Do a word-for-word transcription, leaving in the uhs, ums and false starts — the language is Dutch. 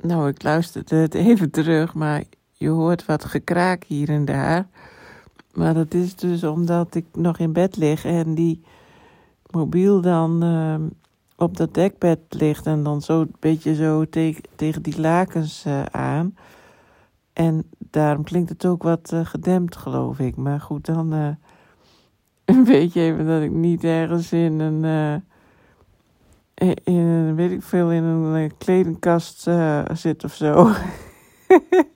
Nou, ik luisterde het even terug, maar je hoort wat gekraak hier en daar. Maar dat is dus omdat ik nog in bed lig en die mobiel dan uh, op dat dekbed ligt en dan zo een beetje zo te- tegen die lakens uh, aan. En daarom klinkt het ook wat uh, gedempt, geloof ik. Maar goed, dan uh, weet je even dat ik niet ergens in een, uh, in een weet ik veel, in een uh, kledingkast uh, zit of zo.